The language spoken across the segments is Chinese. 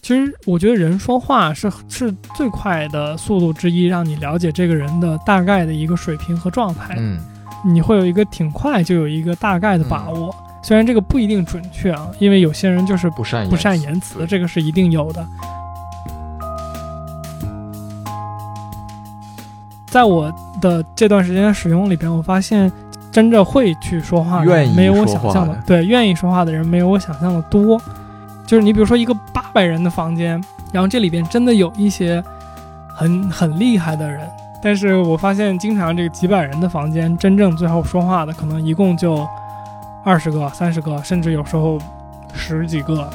其实我觉得人说话是最快的速度之一，让你了解这个人的大概的一个水平和状态。你会有一个挺快就有一个大概的把握。虽然这个不一定准确啊，因为有些人就是不善言辞，这个是一定有的。在我的这段时间使用里边，我发现真正会去说话的人没有我想象的，对，愿意说话的人没有我想象的多。就是你比如说一个800人的房间，然后这里边真的有一些很厉害的人，但是我发现经常这个几百人的房间，真正最后说话的可能一共就20个、30个，甚至有时候10几个。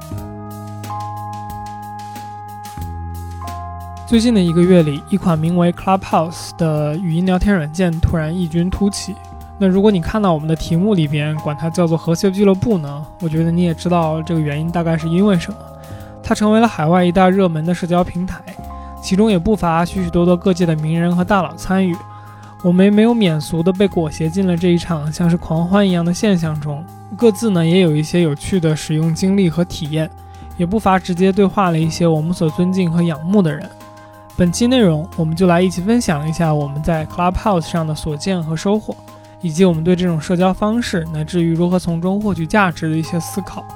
最近的1个月里，一款名为 Clubhouse 的语音聊天软件突然异军突起。那如果你看到我们的题目里边管它叫做和谐俱乐部呢，我觉得你也知道这个原因大概是因为什么。它成为了海外一大热门的社交平台，其中也不乏许许多多各界的名人和大佬参与。我们没有免俗地被裹挟进了这一场像是狂欢一样的现象中，各自呢也有一些有趣的使用经历和体验，也不乏直接对话了一些我们所尊敬和仰慕的人。本期内容我们就来一起分享一下我们在 Clubhouse 上的所见和收获，以及我们对这种社交方式乃至于如何从中获取价值的一些思考。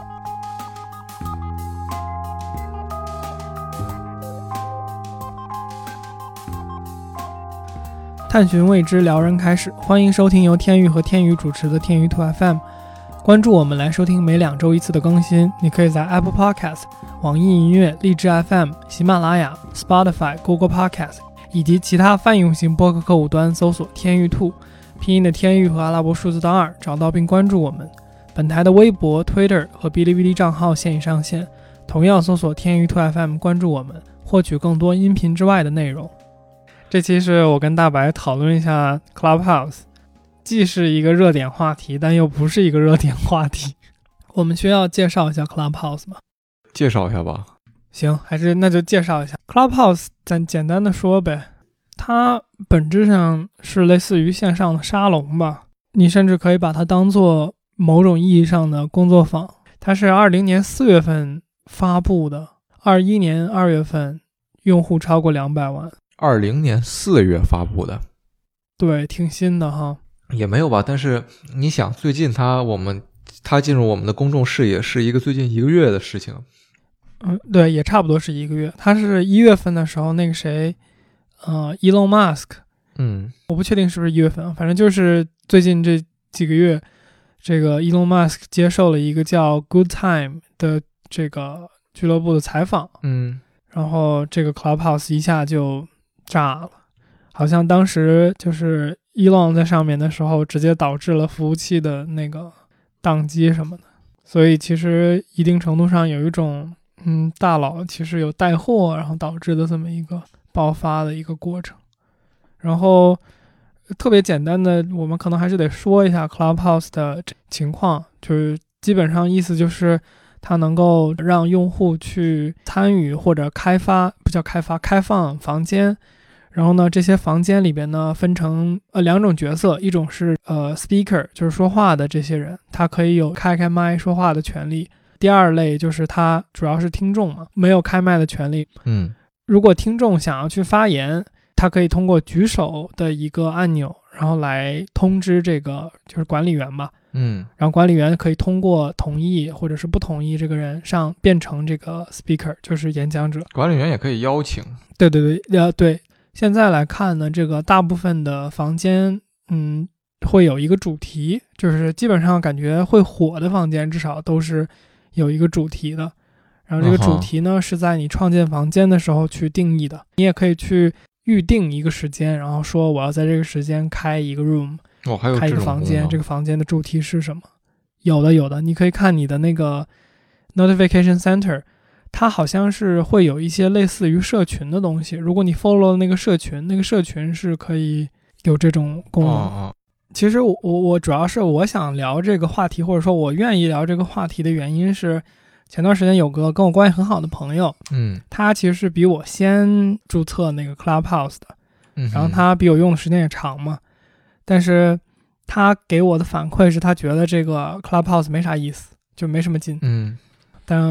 探寻未知，撩人开始，欢迎收听由天宇和天宇主持的天宇兔 FM。 关注我们来收听每2周1次的更新。你可以在 Apple Podcast、 网易音乐、荔枝 FM、 喜马拉雅、 Spotify、 Google Podcast 以及其他泛用型播客客户端搜索天宇兔，拼音的天宇和阿拉伯数字的2，找到并关注我们。本台的微博、 Twitter 和哔哩哔哩账号现已上线，同样搜索天宇兔 FM 关注我们，获取更多音频之外的内容。这期是我跟大白讨论一下 Clubhouse， 既是一个热点话题，但又不是一个热点话题。我们需要介绍一下 Clubhouse 吗？ 介绍一下吧。 行，那就介绍一下 Clubhouse， 咱简单的说呗。它本质上是类似于线上的沙龙吧，你甚至可以把它当做某种意义上的工作坊。它是2020年4月份发布的，21年2月份用户超过200万。 20年4月发布的， 对，挺新的哈。 也没有吧，但是你想，最近他进入我们的公众视野是一个最近1个月的事情。 对，也差不多是1个月。他是1月份的时候，那个谁，Elon Musk， 我不确定是不是1月份，反正就是最近这几个月，这个 Elon Musk 接受了一个叫 Good Time 的这个俱乐部的采访，然后这个 Clubhouse 一下就炸了，好像当时就是 Elon 在上面的时候直接导致了服务器的那个宕机什么的。所以其实一定程度上有一种大佬其实有带货然后导致的这么一个爆发的一个过程。然后特别简单的，我们可能还是得说一下 Clubhouse 的情况，就是基本上意思就是它能够让用户去参与或者开放房间。然后呢，这些房间里边呢分成2种角色，一种是speaker， 就是说话的这些人，他可以有开麦说话的权利。第二类就是他主要是听众嘛，没有开麦的权利。如果听众想要去发言，他可以通过举手的一个按钮，然后来通知这个就是管理员吧。然后管理员可以通过同意或者是不同意这个人变成这个 speaker， 就是演讲者。 管理员也可以邀请。 对。现在来看呢，这个大部分的房间会有一个主题，就是基本上感觉会火的房间至少都是有一个主题的。然后这个主题呢是在你创建房间的时候去定义的。你也可以去预定一个时间，然后说我要在这个时间开一个 room， 还有开一个房间，这个房间的主题是什么？有的，你可以看你的那个 notification center， 它好像是会有一些类似于社群的东西。如果你 follow 那个社群是可以有这种功能。其实我主要是我想聊这个话题，或者说我愿意聊这个话题的原因是，前段时间有个跟我关系很好的朋友，他其实是比我先注册那个 Clubhouse 的，然后他比我用的时间也长嘛，但是他给我的反馈是他觉得这个 Clubhouse 没啥意思，就没什么劲。但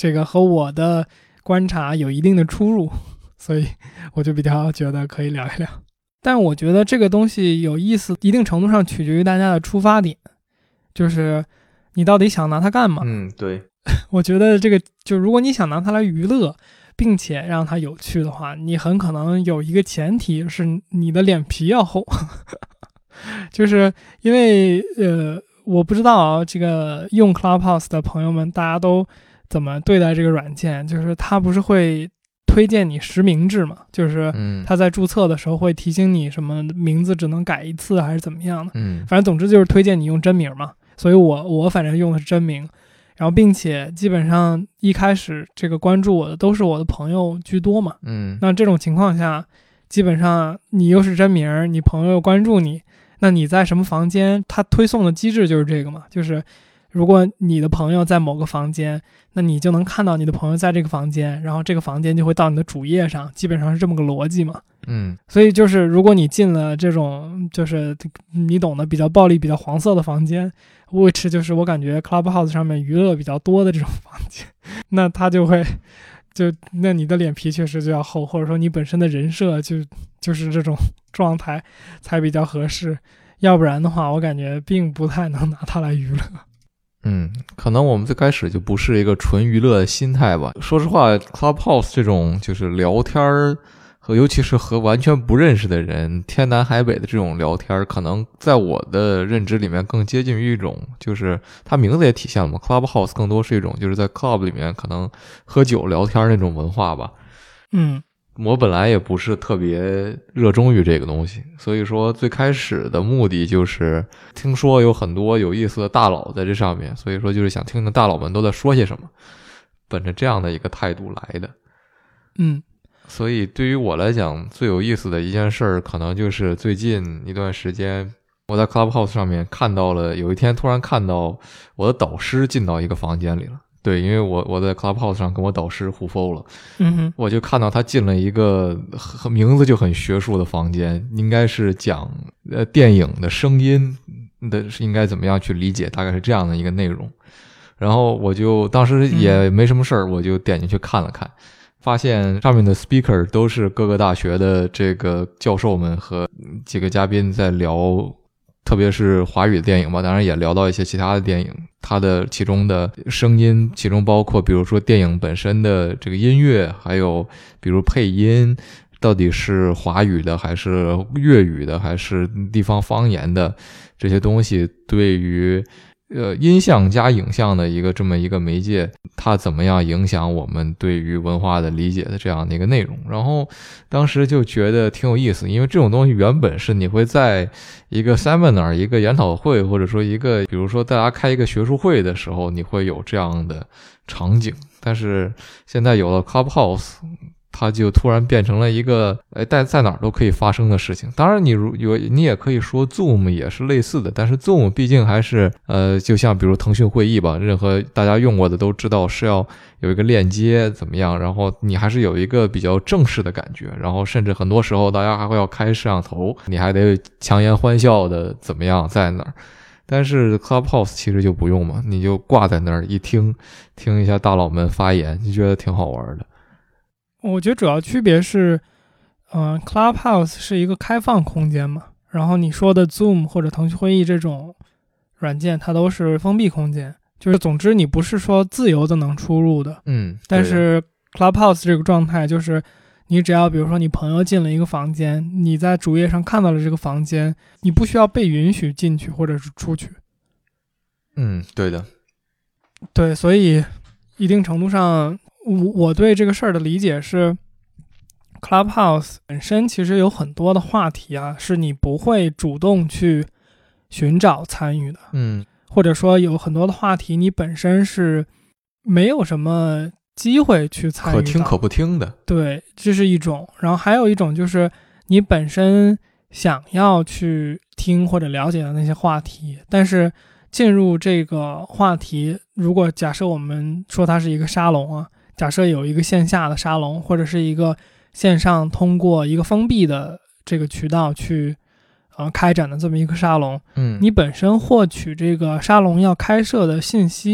这个和我的观察有一定的出入，所以我就比较觉得可以聊一聊。但我觉得这个东西有意思，一定程度上取决于大家的出发点，就是你到底想拿它干嘛。 对。 我觉得这个就如果你想拿它来娱乐，并且让它有趣的话，你很可能有一个前提是你的脸皮要厚。就是因为我不知道啊，这个用 Clubhouse 的朋友们大家都怎么对待这个软件，就是它不是会推荐你实名制嘛，就是他在注册的时候会提醒你什么名字只能改一次还是怎么样的，反正总之就是推荐你用真名嘛，所以我反正用的是真名，然后并且基本上一开始这个关注我的都是我的朋友居多嘛，那这种情况下基本上你又是真名，你朋友又关注你，那你在什么房间，他推送的机制就是这个嘛，就是如果你的朋友在某个房间，那你就能看到你的朋友在这个房间，然后这个房间就会到你的主页上，基本上是这么个逻辑嘛。所以就是如果你进了这种就是你懂的比较暴力比较黄色的房间，which 就是我感觉 Clubhouse 上面娱乐比较多的这种房间，那他就会那你的脸皮确实就要厚，或者说你本身的人设就是这种状态才比较合适，要不然的话我感觉并不太能拿它来娱乐。 可能我们最开始就不是一个纯娱乐的心态吧。说实话 Clubhouse 这种就是聊天和尤其是和完全不认识的人天南海北的这种聊天，可能在我的认知里面更接近于一种，就是它名字也体现了嘛， Clubhouse 更多是一种就是在 club 里面可能喝酒聊天那种文化吧。我本来也不是特别热衷于这个东西，所以说最开始的目的就是听说有很多有意思的大佬在这上面，所以说就是想听听大佬们都在说些什么，本着这样的一个态度来的。所以对于我来讲最有意思的一件事可能就是最近一段时间我在 Clubhouse 上面看到了，有一天突然看到我的导师进到一个房间里了。对，因为我在 Clubhouse 上跟我导师互 follow 了，我就看到他进了一个名字就很学术的房间，应该是讲电影的声音的应该怎么样去理解，大概是这样的一个内容。然后我就当时也没什么事儿，我就点进去看了看，发现上面的 speaker 都是各个大学的这个教授们和几个嘉宾在聊，特别是华语的电影吧，当然也聊到一些其他的电影，它的其中的声音，其中包括比如说电影本身的这个音乐，还有比如配音到底是华语的还是粤语的还是地方方言的，这些东西对于音像加影像的这么一个媒介，它怎么样影响我们对于文化的理解的这样的一个内容。然后当时就觉得挺有意思，因为这种东西原本是你会在一个 seminar 一个研讨会，或者说一个比如说大家开一个学术会的时候你会有这样的场景，但是现在有了 Clubhouse，它就突然变成了一个在哪儿都可以发生的事情。当然你也可以说 Zoom 也是类似的，但是 Zoom 毕竟还是就像比如腾讯会议吧，任何大家用过的都知道是要有一个链接怎么样，然后你还是有一个比较正式的感觉，然后甚至很多时候大家还会要开摄像头，你还得强颜欢笑的怎么样在哪儿。但是 Clubhouse 其实就不用嘛，你就挂在那儿一听一下大佬们发言，就觉得挺好玩的。 我觉得主要区别是Clubhouse 是一个开放空间嘛，然后你说的 Zoom 或者腾讯会议这种软件它都是封闭空间，就是总之你不是说自由的能出入的。但是 Clubhouse 这个状态就是你只要比如说你朋友进了一个房间，你在主页上看到了这个房间，你不需要被允许进去或者是出去。 对的。 对，所以一定程度上我对这个事儿的理解是 Clubhouse 本身其实有很多的话题啊，是你不会主动去寻找参与的。或者说有很多的话题你本身是没有什么机会去参与到， 可听可不听的。 对，这是一种。然后还有一种就是你本身想要去听或者了解的那些话题，但是进入这个话题，如果假设我们说它是一个沙龙啊，假设有一个线下的沙龙，或者是一个线上通过一个封闭的这个渠道去开展的这么一个沙龙，你本身获取这个沙龙要开设的信息，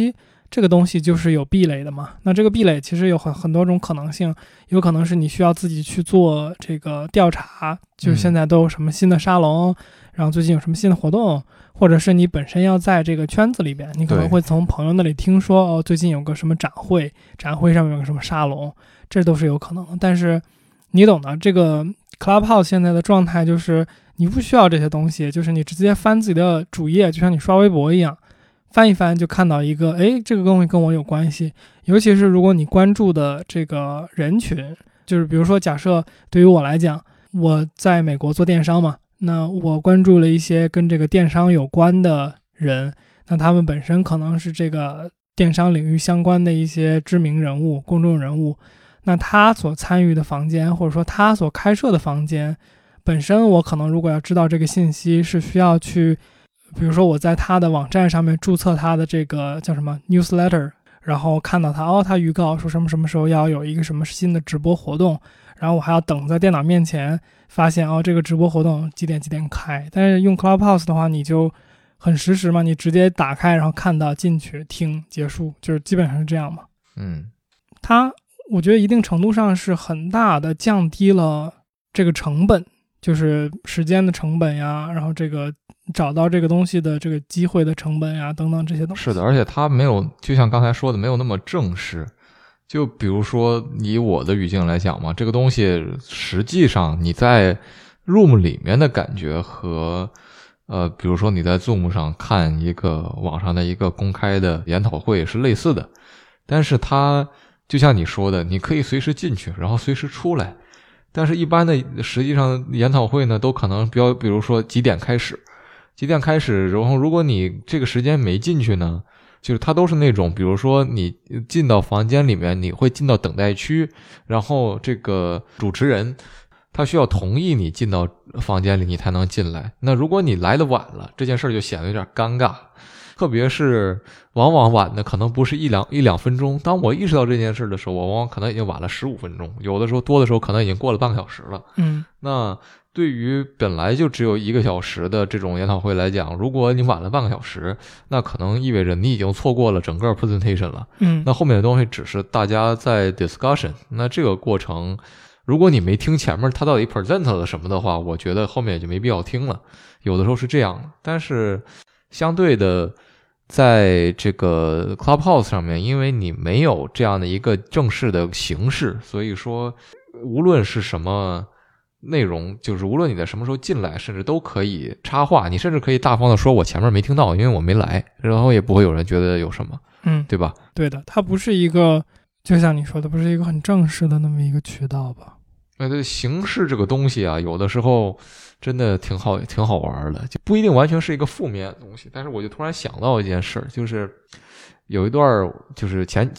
这个东西就是有壁垒的嘛。那这个壁垒其实有很多种可能性，有可能是你需要自己去做这个调查，就是现在都有什么新的沙龙，然后最近有什么新的活动，或者是你本身要在这个圈子里边，你可能会从朋友那里听说最近有个什么展会上面有个什么沙龙，这都是有可能的。但是你懂的，这个 Clubhouse 现在的状态就是你不需要这些东西，就是你直接翻自己的主页，就像你刷微博一样，翻一翻就看到一个，这个东西跟我有关系。尤其是如果你关注的这个人群，就是比如说假设对于我来讲，我在美国做电商嘛，那我关注了一些跟这个电商有关的人，那他们本身可能是这个电商领域相关的一些知名人物、公众人物，那他所参与的房间，或者说他所开设的房间本身，我可能如果要知道这个信息，是需要去比如说我在他的网站上面注册他的这个叫什么 newsletter， 然后看到他预告说什么时候要有一个什么新的直播活动，然后我还要等在电脑面前发现这个直播活动几点开。但是用 Clubhouse 的话，你就很实时嘛，你直接打开然后看到进去听结束，就是基本上是这样嘛。它我觉得一定程度上是很大的降低了这个成本，就是时间的成本呀，然后这个找到这个东西的这个机会的成本呀，等等这些东西。 是的，而且它没有，就像刚才说的，没有那么正式。就比如说以我的语境来讲嘛，这个东西实际上你在 Room 里面的感觉和比如说你在 Zoom 上看一个网上的一个公开的研讨会是类似的，但是它就像你说的，你可以随时进去，然后随时出来。但是一般的实际上研讨会呢，都可能比如说几点开始，然后如果你这个时间没进去呢，就是它都是那种，比如说你进到房间里面，你会进到等待区，然后这个主持人他需要同意你进到房间里，你才能进来。那如果你来的晚了，这件事就显得有点尴尬。特别是往往晚的可能不是一两分钟，当我意识到这件事的时候，我往往可能已经晚了15分钟，有的时候多的时候可能已经过了半个小时了。那对于本来就只有1个小时的这种研讨会来讲，如果你晚了半个小时，那可能意味着你已经错过了整个 presentation 了。那后面的东西只是大家在 discussion， 那这个过程如果你没听前面他到底 present 了什么的话，我觉得后面也就没必要听了，有的时候是这样的。但是相对的，在这个 Clubhouse 上面，因为你没有这样的一个正式的形式，所以说无论是什么内容，就是无论你在什么时候进来，甚至都可以插话，你甚至可以大方的说我前面没听到，因为我没来，然后也不会有人觉得有什么，对吧？ 对的，它不是一个，就像你说的，不是一个很正式的那么一个渠道吧？ 对，形式这个东西啊，有的时候真的挺好玩的，就不一定完全是一个负面的东西。但是我就突然想到一件事，就是有一段，就是前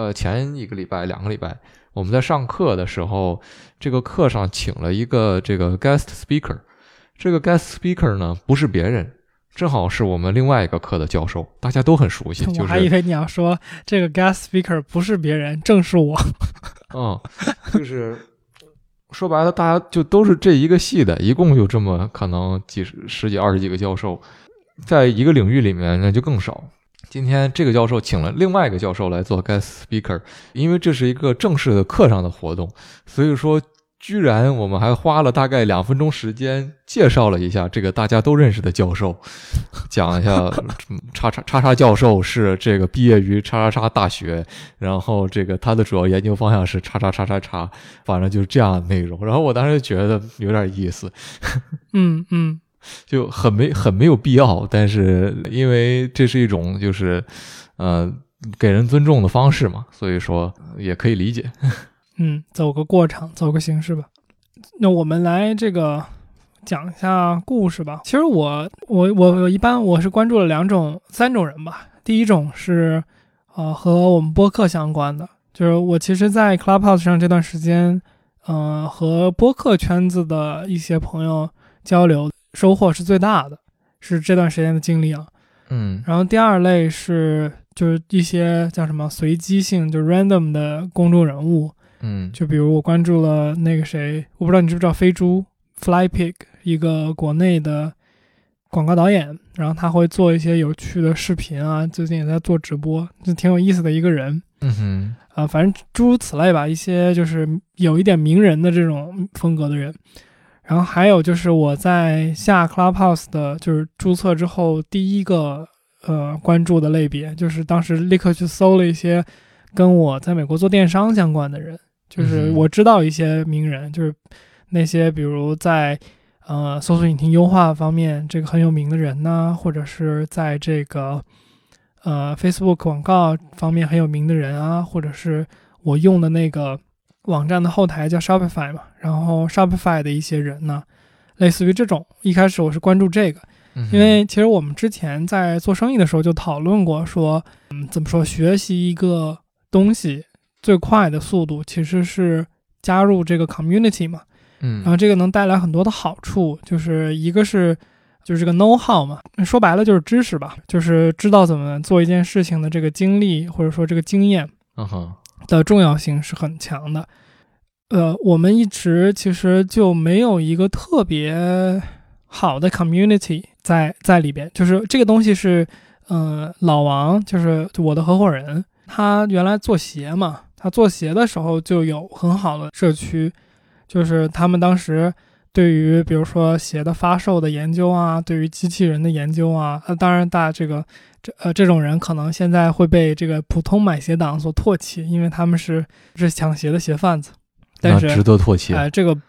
1个礼拜、2个礼拜，我们在上课的时候，这个课上请了一个这个 guest speaker， 这个 guest speaker 呢不是别人，正好是我们另外一个课的教授，大家都很熟悉。我还以为你要说这个 guest speaker 不是别人，正是我。 就是说白了，大家就都是这一个系的，一共就这么可能十几20几个教授，在一个领域里面那就更少。今天这个教授请了另外一个教授来做 guest speaker， 因为这是一个正式的课上的活动，所以说居然我们还花了大概2分钟时间介绍了一下这个大家都认识的教授，讲一下叉叉教授是这个毕业于叉叉叉大学，然后这个他的主要研究方向是叉叉叉叉叉，反正就是这样的内容。然后我当时觉得有点意思，就很没有必要，但是因为这是一种就是给人尊重的方式嘛，所以说也可以理解。 走个过场，走个形式吧。那我们来这个讲一下故事吧。其实我一般我是关注了3种人吧。第一种是和我们播客相关的，就是我其实在 Clubhouse 上这段时间和播客圈子的一些朋友交流，收获是最大的，是这段时间的经历啊。然后第二类是就是一些叫什么随机性，就 random 的公众人物。就比如我关注了那个谁，我不知道你知不知道飞猪 Flypig， 一个国内广告导演，然后他会做一些有趣的视频啊，最近也在做直播，就挺有意思的一个人。反正诸如此类吧，一些就是有一点名人的这种风格的人。然后还有就是我在下 Clubhouse 的就是注册之后第一个关注的类别，就是当时立刻去搜了一些跟我在美国做电商相关的人，就是我知道一些名人，就是那些比如在搜索引擎优化方面这个很有名的人呢，或者是在这个Facebook 广告方面很有名的人啊，或者是我用的那个网站的后台叫 Shopify 嘛，然后 Shopify 的一些人呢，类似于这种。一开始我是关注这个，因为其实我们之前在做生意的时候就讨论过说，怎么说，学习一个东西最快的速度其实是加入这个 community 嘛，然后这个能带来很多的好处，就是一个是就是这个 know how 嘛，说白了就是知识吧，就是知道怎么做一件事情的这个经历或者说这个经验的重要性是很强的。我们一直其实就没有一个特别好的 community 在里边，就是这个东西是老王就是我的合伙人，他原来做鞋嘛，他做鞋的时候就有很好的社区，就是他们当时对于比如说鞋的发售的研究啊，对于机器人的研究啊，当然这种人可能现在会被这个普通买鞋党所唾弃，因为他们是抢鞋的鞋贩子。但是值得唾弃。 这个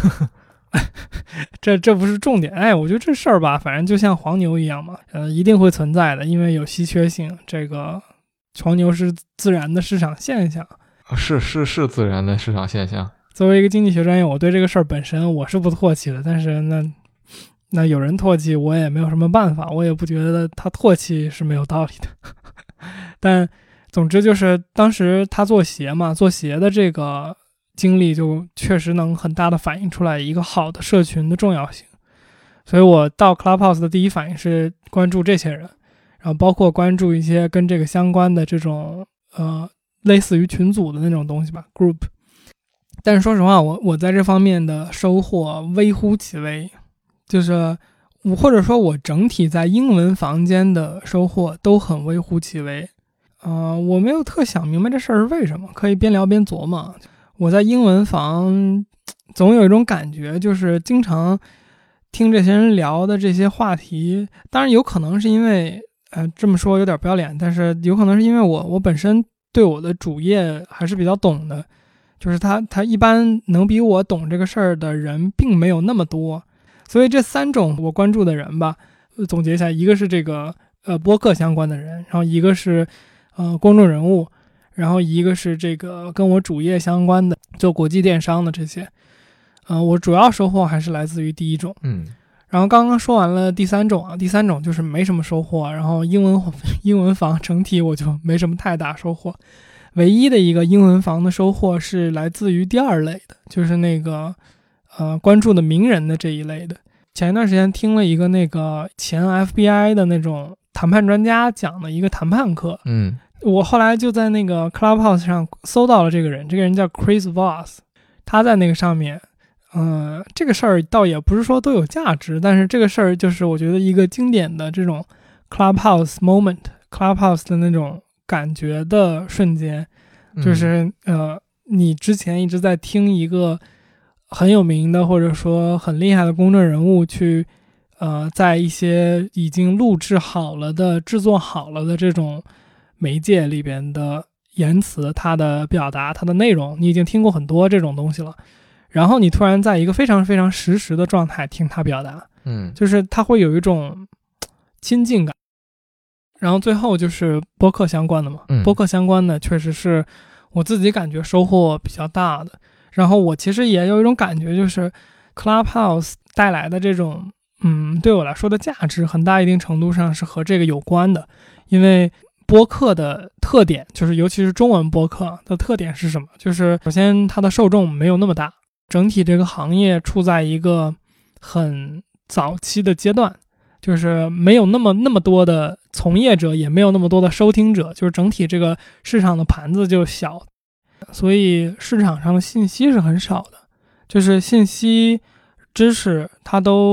这不是重点。我觉得这事儿吧，反正就像黄牛一样嘛，一定会存在的，因为有稀缺性。这个黄牛是自然的市场现象， 是自然的市场现象。 作为一个经济学专业，我对这个事儿本身我是不唾弃的，但是那有人唾弃我也没有什么办法，我也不觉得他唾弃是没有道理的。但总之就是当时他做鞋嘛，做鞋的这个经历就确实能很大的反映出来一个好的社群的重要性。所以我到 Clubhouse 的第一反应是关注这些人，然后包括关注一些跟这个相关的这种类似于群组的那种东西吧 group。 但是说实话，我在这方面的收获微乎其微，就是或者说我整体在英文房间的收获都很微乎其微。我没有特想明白这事儿是为什么，可以边聊边琢磨。我在英文房总有一种感觉，就是经常听这些人聊的这些话题，当然有可能是因为这么说有点不要脸，但是有可能是因为我本身对我的主业还是比较懂的，就是他一般能比我懂这个事儿的人并没有那么多。所以这三种我关注的人吧，总结一下，一个是这个播客相关的人，然后一个是公众人物，然后一个是这个跟我主业相关的做国际电商的这些。我主要收获还是来自于第一种。然后刚刚说完了第三种啊，第三种就是没什么收获，然后英文房整体我就没什么太大收获。唯一的一个英文房的收获是来自于第二类的，就是那个关注的名人的这一类的。前一段时间听了一个那个前 FBI 的那种谈判专家讲的一个谈判课，我后来就在那个 Clubhouse 上搜到了这个人叫 Chris Voss， 他在那个上面这个事儿倒也不是说都有价值，但是这个事儿就是我觉得一个经典的这种 Clubhouse moment， Clubhouse 的那种感觉的瞬间，就是你之前一直在听一个很有名的或者说很厉害的公众人物去在一些已经录制好了的制作好了的这种媒介里边的言辞，他的表达，他的内容，你已经听过很多这种东西了，然后你突然在一个非常非常实时的状态听他表达，就是他会有一种亲近感。然后最后就是播客相关的嘛，播客相关的确实是我自己感觉收获比较大的。然后我其实也有一种感觉，就是 Clubhouse 带来的这种对我来说的价值很大一定程度上是和这个有关的。因为播客的特点就是尤其是中文播客的特点是什么，就是首先它的受众没有那么大，整体这个行业处在一个很早期的阶段，就是没有那么多的从业者，也没有那么多的收听者，就是整体这个市场的盘子就小，所以市场上的信息是很少的，就是信息知识它都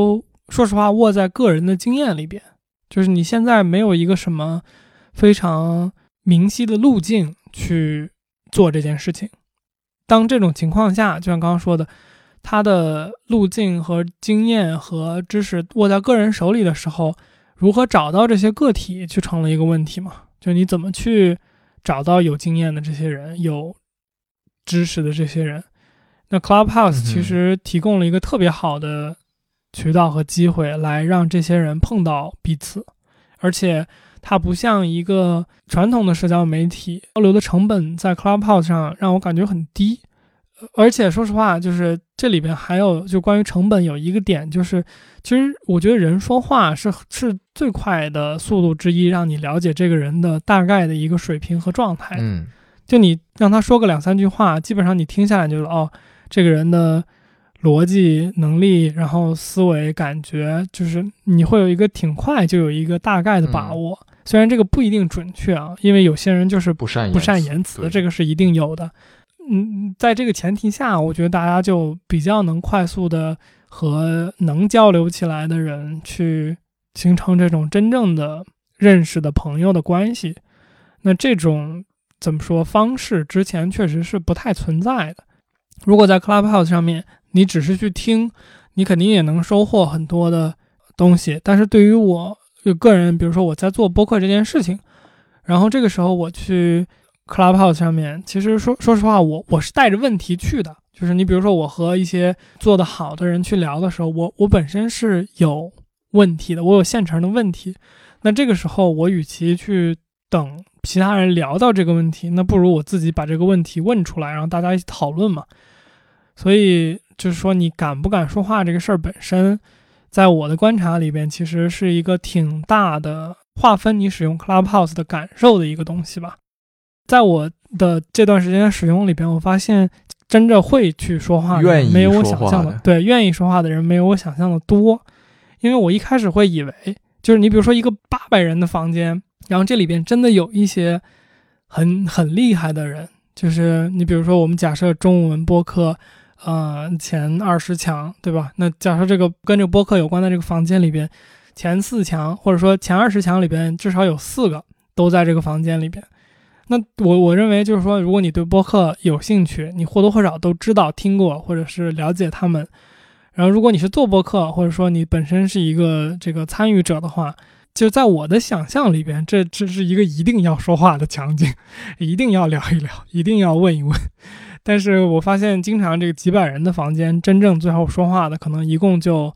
说实话握在个人的经验里边，就是你现在没有一个什么非常明晰的路径去做这件事情。当这种情况下，就像刚刚说的，他的路径和经验和知识握在个人手里的时候，如何找到这些个体就成了一个问题嘛。就你怎么去找到有经验的这些人，有知识的这些人。那 Clubhouse 其实提供了一个特别好的渠道和机会来让这些人碰到彼此，而且它不像一个传统的社交媒体，交流的成本在 Clubhouse 上让我感觉很低。而且说实话，就是这里边还有就关于成本有一个点，就是其实我觉得人说话是最快的速度之一，让你了解这个人的大概的一个水平和状态。就你让他说个2-3句话，基本上你听下来就是这个人的逻辑能力，然后思维感觉，就是你会有一个挺快就有一个大概的把握。虽然这个不一定准确啊，因为有些人就是不善言辞，这个是一定有的。在这个前提下，我觉得大家就比较能快速的和能交流起来的人去形成这种真正的认识的朋友的关系。那这种怎么说方式之前确实是不太存在的。如果在 Clubhouse 上面你只是去听，你肯定也能收获很多的东西，但是对于我个人，比如说我在做播客这件事情，然后这个时候我去 Clubhouse 上面，其实说实话，我是带着问题去的。就是你比如说我和一些做得好的人去聊的时候，我本身是有问题的，我有现成的问题。那这个时候我与其去等其他人聊到这个问题，那不如我自己把这个问题问出来，然后大家一起讨论嘛。所以就是说你敢不敢说话这个事儿本身，在我的观察里边其实是一个挺大的划分你使用 Clubhouse 的感受的一个东西吧。在我的这段时间的使用里边，我发现真正会去说话的人没有我想象的，对，愿意说话的人没有我想象的多。因为我一开始会以为，就是你比如说一个800人的房间，然后这里边真的有一些很厉害的人，就是你比如说我们假设中文播客前20强，对吧？那假设这个跟这个播客有关的这个房间里边，前4强或者说前20强里边至少有4个都在这个房间里边。那我认为就是说，如果你对播客有兴趣，你或多或少都知道听过或者是了解他们，然后如果你是做播客，或者说你本身是一个这个参与者的话，就在我的想象里边，这是一个一定要说话的场景，一定要聊一聊，一定要问一问。但是我发现经常这个几百人的房间，真正最后说话的可能一共就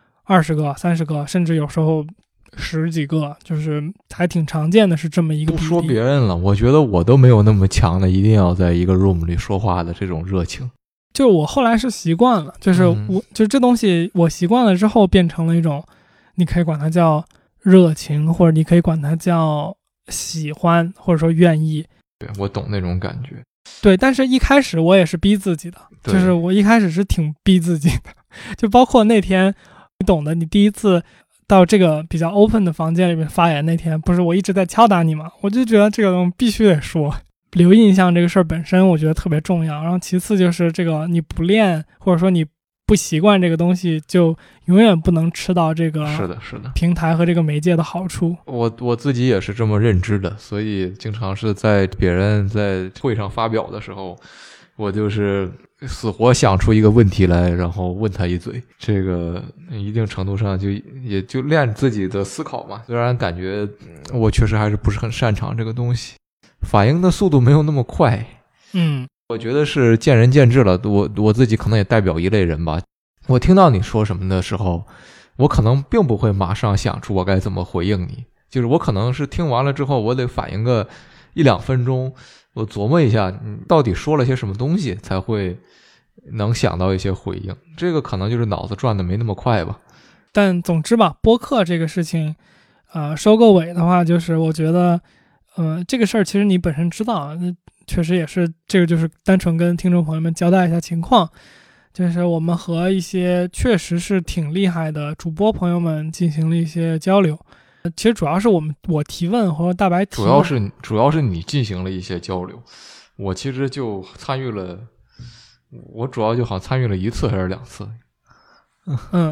20个、30个，甚至有时候10几个，就是还挺常见的，是这么一个比例。 不说别人了，我觉得我都没有那么强的一定要在一个 room 里说话的这种热情。 就我后来是习惯了，就是就这东西我习惯了之后，变成了一种，你可以管它叫热情，或者你可以管它叫喜欢，或者说愿意。 对，我懂那种感觉。 对，但是一开始我也是逼自己的，就是我一开始是挺逼自己的，就包括那天你懂的，你第一次到这个比较 open 的房间里面发言那天，不是我一直在敲打你吗？我就觉得这个东西必须得说，留印象这个事儿本身我觉得特别重要。然后其次就是这个你不练，或者说你不习惯这个东西，就永远不能吃到这个平台和这个媒介的好处。 我自己也是这么认知的，所以经常是在别人在会上发表的时候，我就是死活想出一个问题来，然后问他一嘴。这个一定程度上也就练自己的思考嘛。虽然感觉我确实还是不是很擅长这个东西，反应的速度没有那么快。我觉得是见仁见智了。我自己可能也代表一类人吧。我听到你说什么的时候，我可能并不会马上想出我该怎么回应你，就是我可能是听完了之后，我得反应个1-2分钟，我琢磨一下你到底说了些什么东西，才会能想到一些回应。这个可能就是脑子转的没那么快吧。 但总之吧，播客这个事情收个尾的话，就是我觉得这个事儿其实你本身知道，确实也是这个就是单纯跟听众朋友们交代一下情况，就是我们和一些确实是挺厉害的主播朋友们进行了一些交流。其实主要是我提问和大白提问， 主要是你进行了一些交流，我其实就参与了，我主要就好像参与了1次还是2次。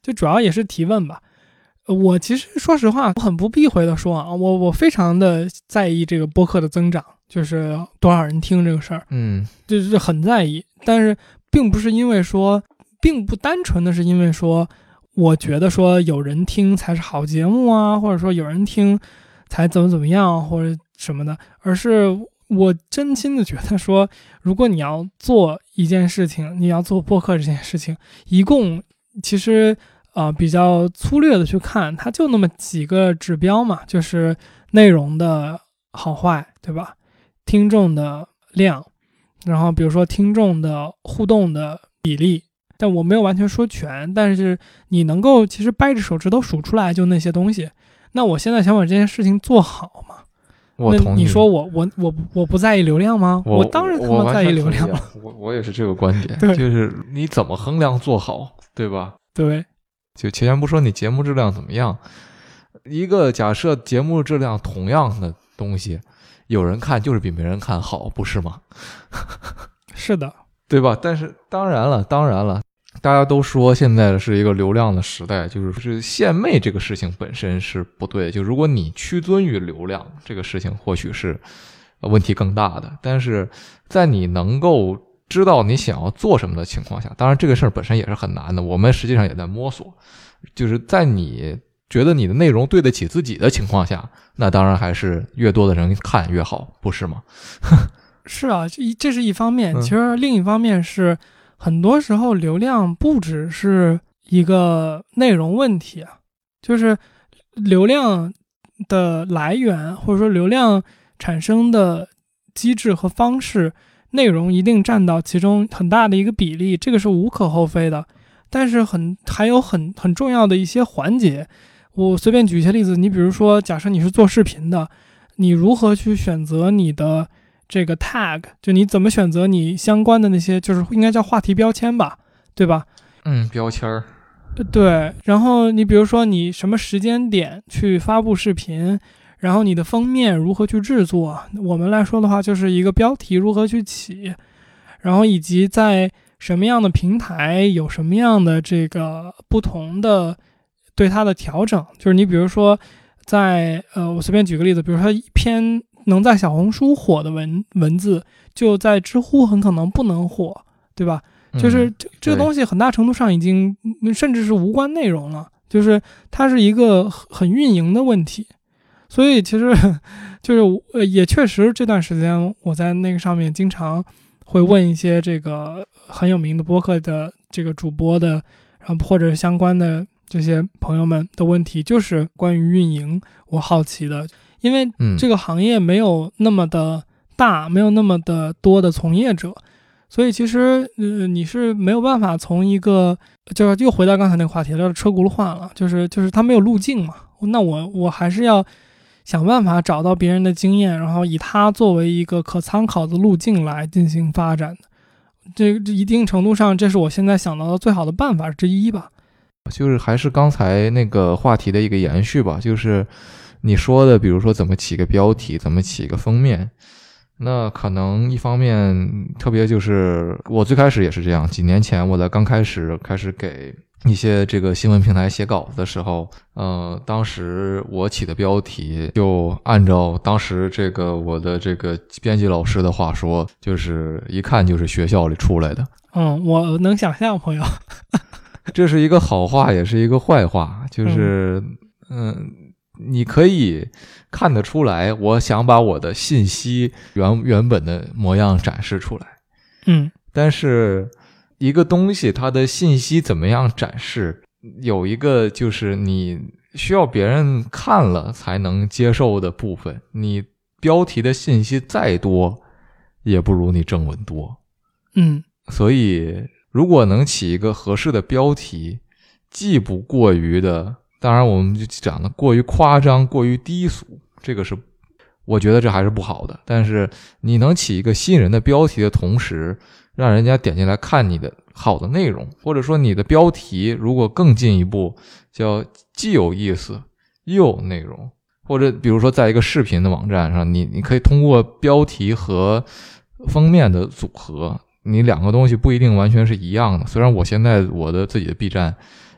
就主要也是提问吧。我其实说实话，我很不避讳的说啊，我非常的在意这个播客的增长，就是多少人听这个事儿，就是很在意。但是并不是因为说，并不单纯的是因为说，我觉得说有人听才是好节目啊，或者说有人听才怎么样或者什么的，而是我真心的觉得说，如果你要做一件事情，你要做播客这件事情，一共其实比较粗略的去看，它就那么几个指标嘛，就是内容的好坏，对吧？听众的量，然后比如说听众的互动的比例，但我没有完全说全，但是你能够其实掰着手指头数出来就那些东西。那我现在想把这件事情做好嘛？ 我同意。 那你说我不在意流量吗？我当然他妈在意流量了。 我也是这个观点，就是你怎么衡量做好，对吧？ 对。 就前面不说你节目质量怎么样，一个假设节目质量同样的东西，有人看就是比没人看好，不是吗？ 是的， 对吧？但是当然了，大家都说现在是一个流量的时代，就是献媚这个事情本身是不对，就如果你屈尊于流量这个事情，或许是问题更大的。但是在你能够知道你想要做什么的情况下，当然这个事儿本身也是很难的，我们实际上也在摸索，就是在你觉得你的内容对得起自己的情况下，那当然还是越多的人看越好，不是吗？ 是啊，这是一方面，其实另一方面是很多时候流量不只是一个内容问题啊，就是流量的来源或者说流量产生的机制和方式，内容一定占到其中很大的一个比例，这个是无可厚非的。但是还有很重要的一些环节，我随便举一些例子，你比如说，假设你是做视频的，你如何去选择你的这个 tag， 就你怎么选择你相关的那些，就是应该叫话题标签吧，对吧？ 标签儿。 对，然后你比如说你什么时间点去发布视频，然后你的封面如何去制作，我们来说的话就是一个标题如何去起，然后以及在什么样的平台有什么样的这个不同的对它的调整，就是你比如说在我随便举个例子，比如说一篇能在小红书火的文字，就在知乎很可能不能火，对吧？就是这个东西很大程度上已经甚至是无关内容了，就是它是一个很运营的问题。所以其实就是也确实这段时间我在那个上面经常会问一些这个很有名的播客的这个主播的，然后或者相关的这些朋友们的问题，就是关于运营，我好奇的，因为这个行业没有那么的大，没有那么的多的从业者，所以其实你是没有办法从一个，就是又回到刚才那个话题了，车轱辘话了，就是它没有路径嘛，那我还是要想办法找到别人的经验，然后以它作为一个可参考的路径来进行发展的。这一定程度上，这是我现在想到的最好的办法之一吧。 就是还是刚才那个话题的一个延续吧，就是你说的，比如说怎么起个标题，怎么起个封面。那可能一方面，特别就是我最开始也是这样，几年前我在刚开始给一些这个新闻平台写稿子的时候，当时我起的标题就按照当时这个我的这个编辑老师的话说，就是一看就是学校里出来的。 我能想象，朋友。 这是一个好话，也是一个坏话，就是你可以看得出来，我想把我的信息原本的模样展示出来。但是一个东西它的信息怎么样展示，有一个就是你需要别人看了才能接受的部分，你标题的信息再多也不如你正文多。所以如果能起一个合适的标题，既不过于的，当然我们就讲的过于夸张，过于低俗，这个是我觉得这还是不好的。但是你能起一个吸引人的标题的同时，让人家点进来看你的好的内容，或者说你的标题如果更进一步叫既有意思又有内容，或者比如说在一个视频的网站上，你可以通过标题和封面的组合，你两个东西不一定完全是一样的。虽然我现在我的自己的 B 站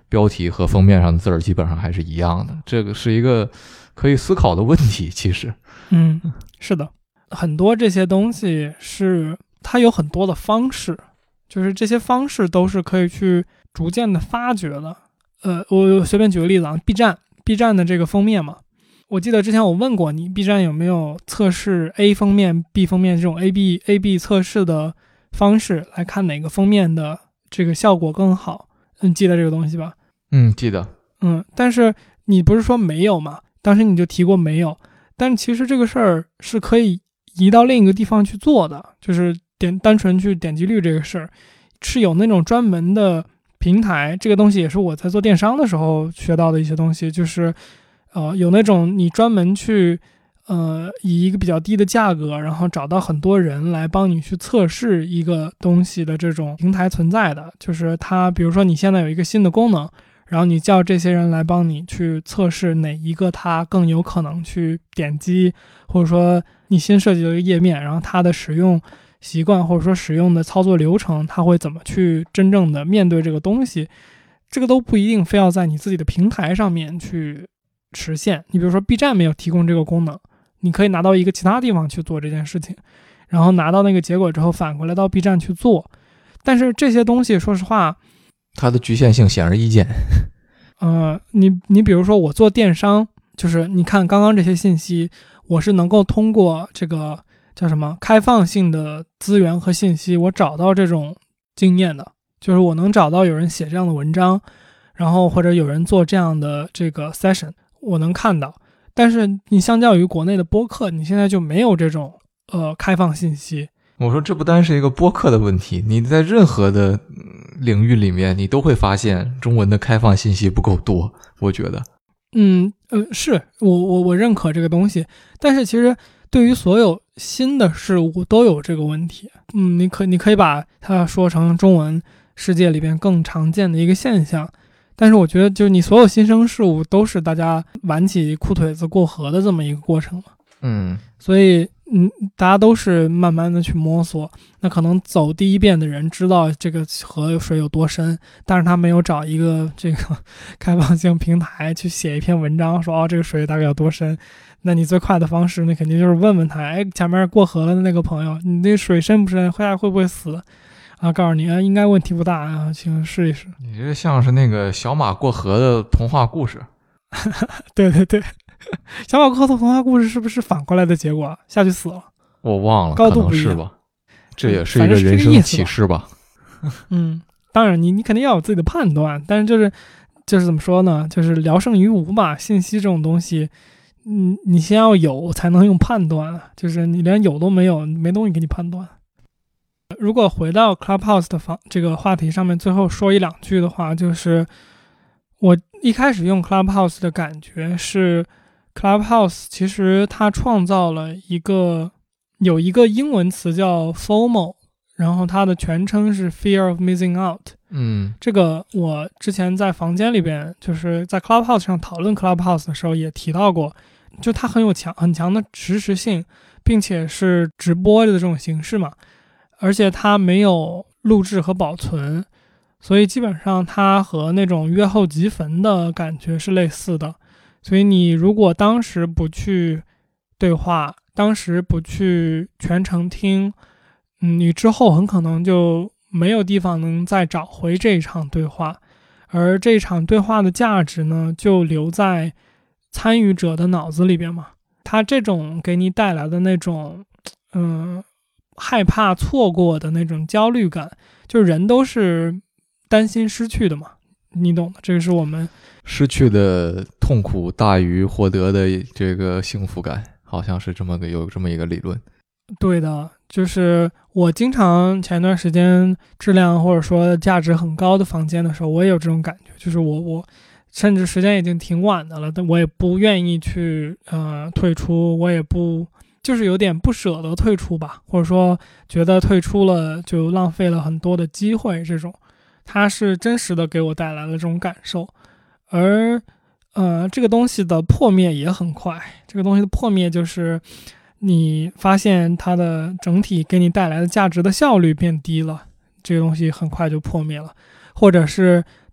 标题和封面上的字儿基本上还是一样的。这个是一个可以思考的问题，其实。 是的，很多这些东西是它有很多的方式，就是这些方式都是可以去逐渐的发掘的。我随便举个例子啊，B 站的这个封面嘛，我记得之前我问过你 ，B 站有没有测试 A 封面、B 封面这种 A/B 测试的方式，来看哪个封面的这个效果更好？你记得这个东西吧？ 记得。 但是你不是说没有吗？当时你就提过没有，但其实这个事儿是可以移到另一个地方去做的，就是单纯去点击率这个事儿，是有那种专门的平台。这个东西也是我在做电商的时候学到的一些东西，就是有那种你专门去以一个比较低的价格，然后找到很多人来帮你去测试一个东西的这种平台存在的。就是它比如说你现在有一个新的功能，然后你叫这些人来帮你去测试哪一个它更有可能去点击，或者说你新设计的一个页面，然后它的使用习惯或者说使用的操作流程，它会怎么去真正的面对这个东西，这个都不一定非要在你自己的平台上面去实现。你比如说 B 站没有提供这个功能，你可以拿到一个其他地方去做这件事情，然后拿到那个结果之后反过来到 B 站去做。但是这些东西说实话它的局限性显而易见。 你比如说我做电商，就是你看刚刚这些信息，我是能够通过这个叫什么开放性的资源和信息，我找到这种经验的，就是我能找到有人写这样的文章，然后或者有人做这样的这个 session， 我能看到。但是你相较于国内的播客，你现在就没有这种开放信息。 我说这不单是一个播客的问题，你在任何的领域里面，你都会发现中文的开放信息不够多，我觉得。 是我认可这个东西，但是其实对于所有新的事物都有这个问题。你可以把它说成中文世界里边更常见的一个现象，但是我觉得就是你所有新生事物都是大家挽起裤腿子过河的这么一个过程嘛。所以大家都是慢慢的去摸索。那可能走第一遍的人知道这个河水有多深，但是他没有找一个这个开放性平台去写一篇文章说这个水大概有多深。那你最快的方式那肯定就是问问他，前面过河了的那个朋友，你这水深不深，会不会死啊？告诉你应该问题不大啊，请试一试。 你这像是那个小马过河的童话故事。 对，小马过河的童话故事是不是反过来的结果？下去死了？我忘了， 高度不一样可能是吧。这也是一个人生启示吧。 当然你肯定要有自己的判断，但是就是怎么说呢，就是聊胜于无吧。信息这种东西你先要有才能用判断，就是你连有都没有，没东西给你判断。如果回到 Clubhouse 的这个话题上面，最后说一两句的话，就是我一开始用 Clubhouse 的感觉是 Clubhouse 其实它创造了有一个英文词叫 FOMO， 然后它的全称是 Fear of Missing Out。这个我之前在房间里边，就是在 Clubhouse 上讨论 Clubhouse 的时候也提到过，就它很强的实时性，并且是直播的这种形式嘛，而且它没有录制和保存，所以基本上它和那种约后即焚的感觉是类似的。所以你如果当时不去对话，当时不去全程听，你之后很可能就没有地方能再找回这一场对话，而这一场对话的价值呢，就留在参与者的脑子里边嘛。他这种给你带来的那种害怕错过的那种焦虑感，就是人都是担心失去的嘛，你懂的。这个是我们失去的痛苦大于获得的这个幸福感，好像是有这么一个理论。 对的，就是我经常前段时间质量或者说价值很高的房间的时候，我也有这种感觉，就是我甚至时间已经挺晚的了，但我也不愿意去退出，我也不就是有点不舍得退出吧，或者说觉得退出了就浪费了很多的机会，这种它是真实的给我带来了这种感受。而这个东西的破灭也很快，这个东西的破灭就是你发现它的整体给你带来的价值的效率变低了，这个东西很快就破灭了，或者是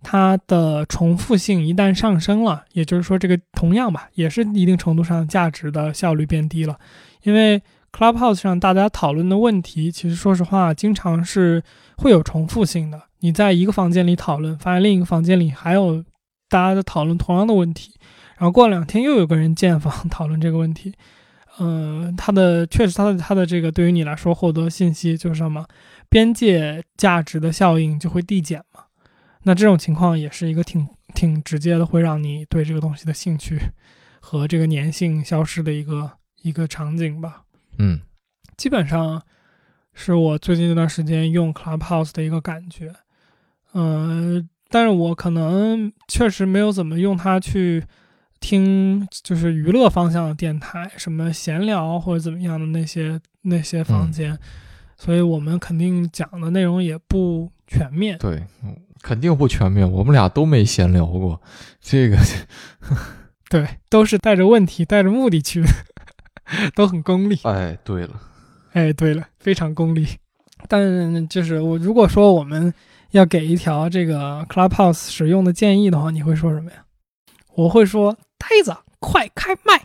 它的重复性一旦上升了，也就是说这个同样吧，也是一定程度上价值的效率变低了。因为 Clubhouse 上大家讨论的问题，其实说实话经常是会有重复性的。你在一个房间里讨论，发现另一个房间里还有大家在讨论同样的问题，然后过2天又有个人建房讨论这个问题。确实它的这个对于你来说获得信息就是什么边界价值的效应就会递减嘛。那这种情况也是一个挺直接的，会让你对这个东西的兴趣和这个粘性消失的一个场景吧。基本上是我最近这段时间用 Clubhouse 的一个感觉。但是我可能确实没有怎么用它去听就是娱乐方向的电台，什么闲聊或者怎么样的那些房间，所以我们肯定讲的内容也不全面。 对，肯定不全面，我们俩都没闲聊过这个。 对，都是带着问题带着目的去的，都很功利。 对了， 非常功利。但就是如果说我们要给一条这个 Clubhouse 使用的建议的话，你会说什么呀？我会说呆子快开麦。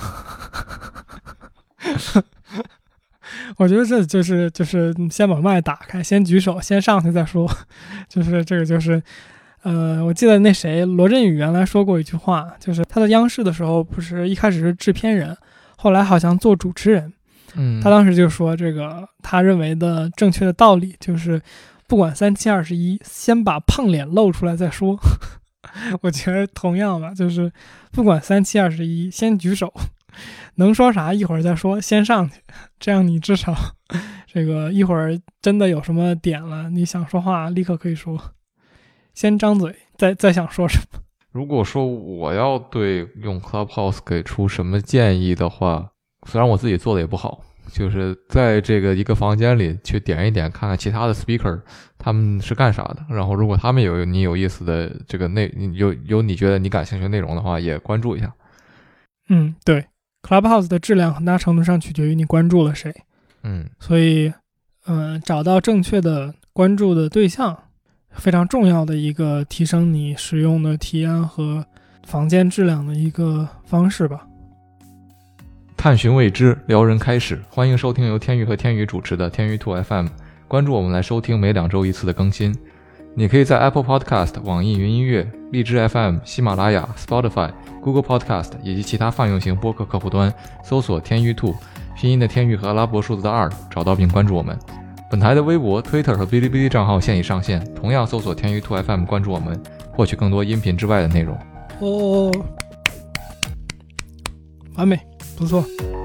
我觉得这就是先把麦打开，先举手，先上去再说。就是这个就是我记得那谁罗振宇原来说过一句话，就是他在央视的时候不是一开始是制片人，后来好像做主持人。他当时就说这个他认为的正确的道理就是不管3721，先把胖脸露出来再说。我觉得同样吧，就是不管3721，先举手，能说啥一会儿再说，先上去，这样你至少这个一会儿真的有什么点了，你想说话立刻可以说，先张嘴再想说什么。 如果说我要对用 Clubhouse 给出什么建议的话，虽然我自己做的也不好，就是在这个一个房间里去点一点，看看其他的 speaker 他们是干啥的，然后如果他们有你有意思的这个有你觉得你感兴趣的内容的话，也关注一下。 对， Clubhouse 的质量很大程度上取决于你关注了谁。所以找到正确的关注的对象非常重要的一个提升你使用的体验和房间质量的一个方式吧。 探寻未知，撩人开始，欢迎收听由天宇和天宇主持的天宇兔 FM， 关注我们来收听每2周1次的更新。你可以在 Apple Podcast、 网易云音乐、荔枝 FM、 喜马拉雅、 Spotify、 Google Podcast 以及其他泛用型播客客户端搜索天宇兔，拼音的天宇和阿拉伯数字的2，找到并关注我们。本台的微博、Twitter 和哔哩哔哩账号现已上线，同样搜索天宇兔 FM 关注我们，获取更多音频之外的内容。 完美，不错。